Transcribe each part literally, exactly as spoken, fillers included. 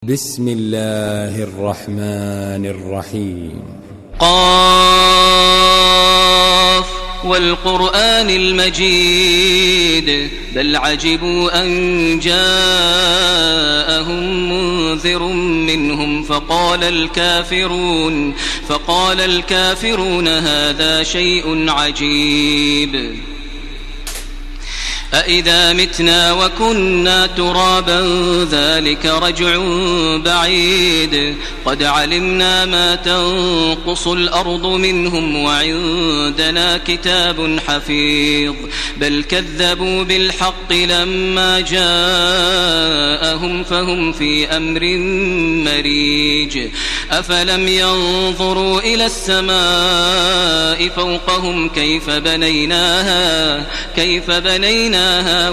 بسم الله الرحمن الرحيم. قاف والقرآن المجيد بل عجبوا أن جاءهم منذر منهم فقال الكافرون فقال الكافرون هذا شيء عجيب أإذا متنا وكنا ترابا ذلك رجع بعيد قد علمنا ما تنقص الأرض منهم وعندنا كتاب حفيظ بل كذبوا بالحق لما جاءهم فهم في أمر مريج أفلم ينظروا إلى السماء فوقهم كيف بنيناها كيف بنيناها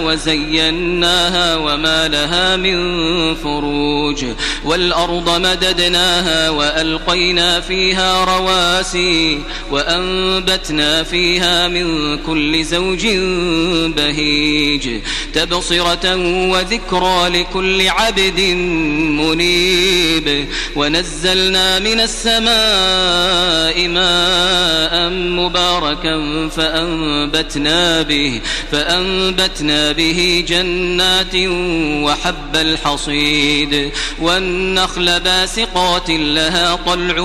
وزيناها وما لها من فروج والأرض مددناها وألقينا فيها رواسي وأنبتنا فيها من كل زوج بهيج تبصرة وذكرى لكل عبد منيب ونزلنا من السماء ماء مباركا فأنبتنا به فأنبتنا به جنات وحب الحصيد والنخل باسقات لها طلع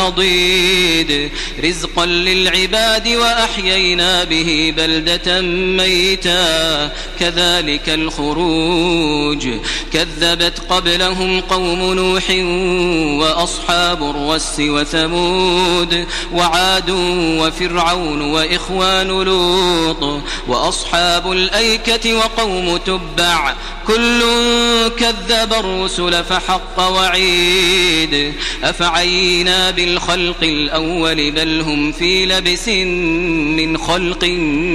نضيد رزقا للعباد وأحيينا به بلدة ميتا كذلك الخروج كذبت قبلهم قوم نوح وأصحاب الرس وثمود وعاد وفرعون وإخوان لوط وأصحاب الأيكة وقوم تبع كل كذب الرسل فحق وعيد أفعينا بالخلق الأول بل هم في لبس من خلق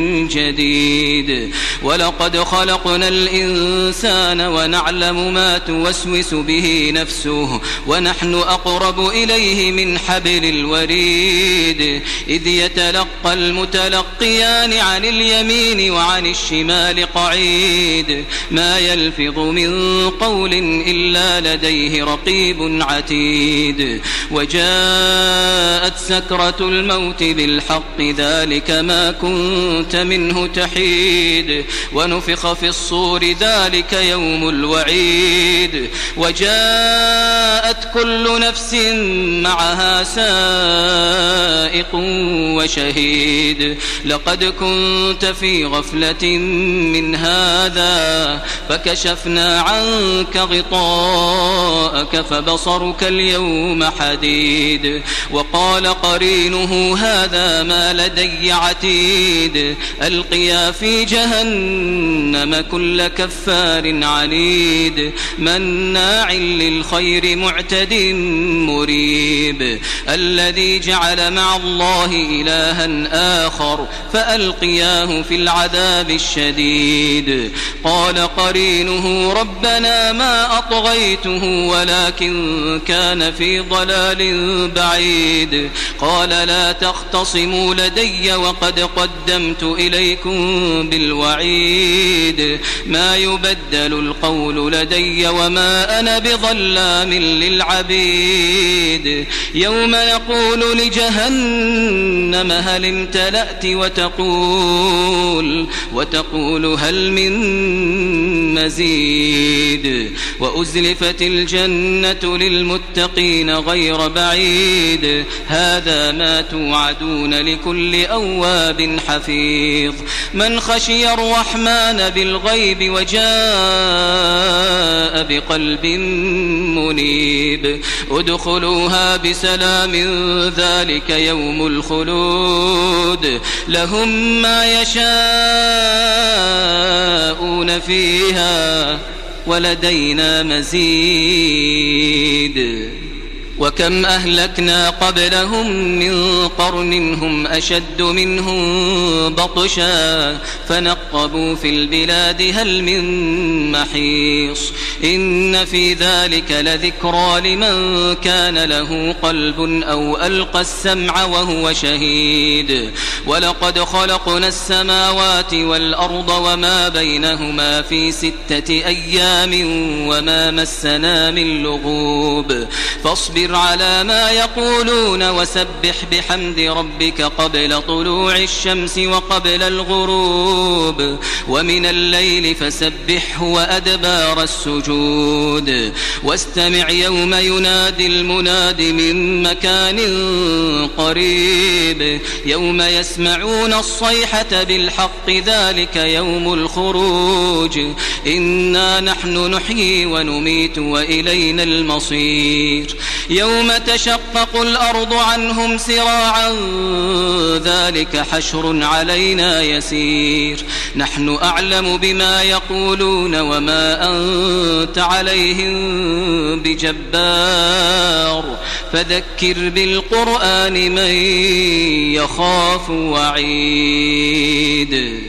جديد ولقد خلقنا الإنسان ونعلم ما توسوس به نفسه ونحن أقرب إليه من حبل الوريد إذ يتلقى المتلقيان عن اليمين وعن الشمال قعيد ما يلفظ من قول إلا لديه رقيب عتيد وجاءت سكرة الموت بالحق ذلك ما كنت منه تحيد ونفخ في الصور ذلك يوم الوعيد وجاءت كل نفس معها سائق وشهيد لقد كنت في غفلة من هذا فكشفنا عنك غطاءك فبصرك اليوم حديد وقال قرينه هذا ما لدي عتيد ألقيا في جهنم كل كفار عنيد مناع للخير معتد مريب الذي جعل مع الله إلها آخر فألقياه في العذاب الشديد قال قرينه ربنا ما أطغيته ولكن كان في ضلال بعيد قال لا تختصموا لدي وقد قدمت إليكم بالوعيد ما يبدل القول لدي وما أنا بظلام للعبيد يوم نقول لجهنم هل امتلأت وتقول وتقول هل من مزيد وأزلفت الجنة للمتقين غير بعيد هذا ما توعدون لكل أواب حفيظ من خشي الرحمن بالغيب وجاء بقلب منيب ادخلوها بسلام ذلك يوم الخلود لهم ما يشاءون فيها ولدينا مزيد. وكم أهلكنا قبلهم من قرن هم أشد منهم بطشا فنقبوا في البلاد هل من محيص إن في ذلك لذكرى لمن كان له قلب أو ألقى السمع وهو شهيد ولقد خلقنا السماوات والأرض وما بينهما في ستة أيام وما مسنا من لغوب فاصبر على ما يقولون وسبح بحمد ربك قبل طلوع الشمس وقبل الغروب ومن الليل فسبحه وأدبار السجود واستمع يوم ينادي المناد من مكان قريب يوم يسمعون الصيحة بالحق ذلك يوم الخروج إنا نحن نحيي ونميت وإلينا المصير يوم تشقق الأرض عنهم سراعا ذلك حشر علينا يسير نحن أعلم بما يقولون وما أنت عليهم بجبار فذكر بالقرآن من يخاف وعيد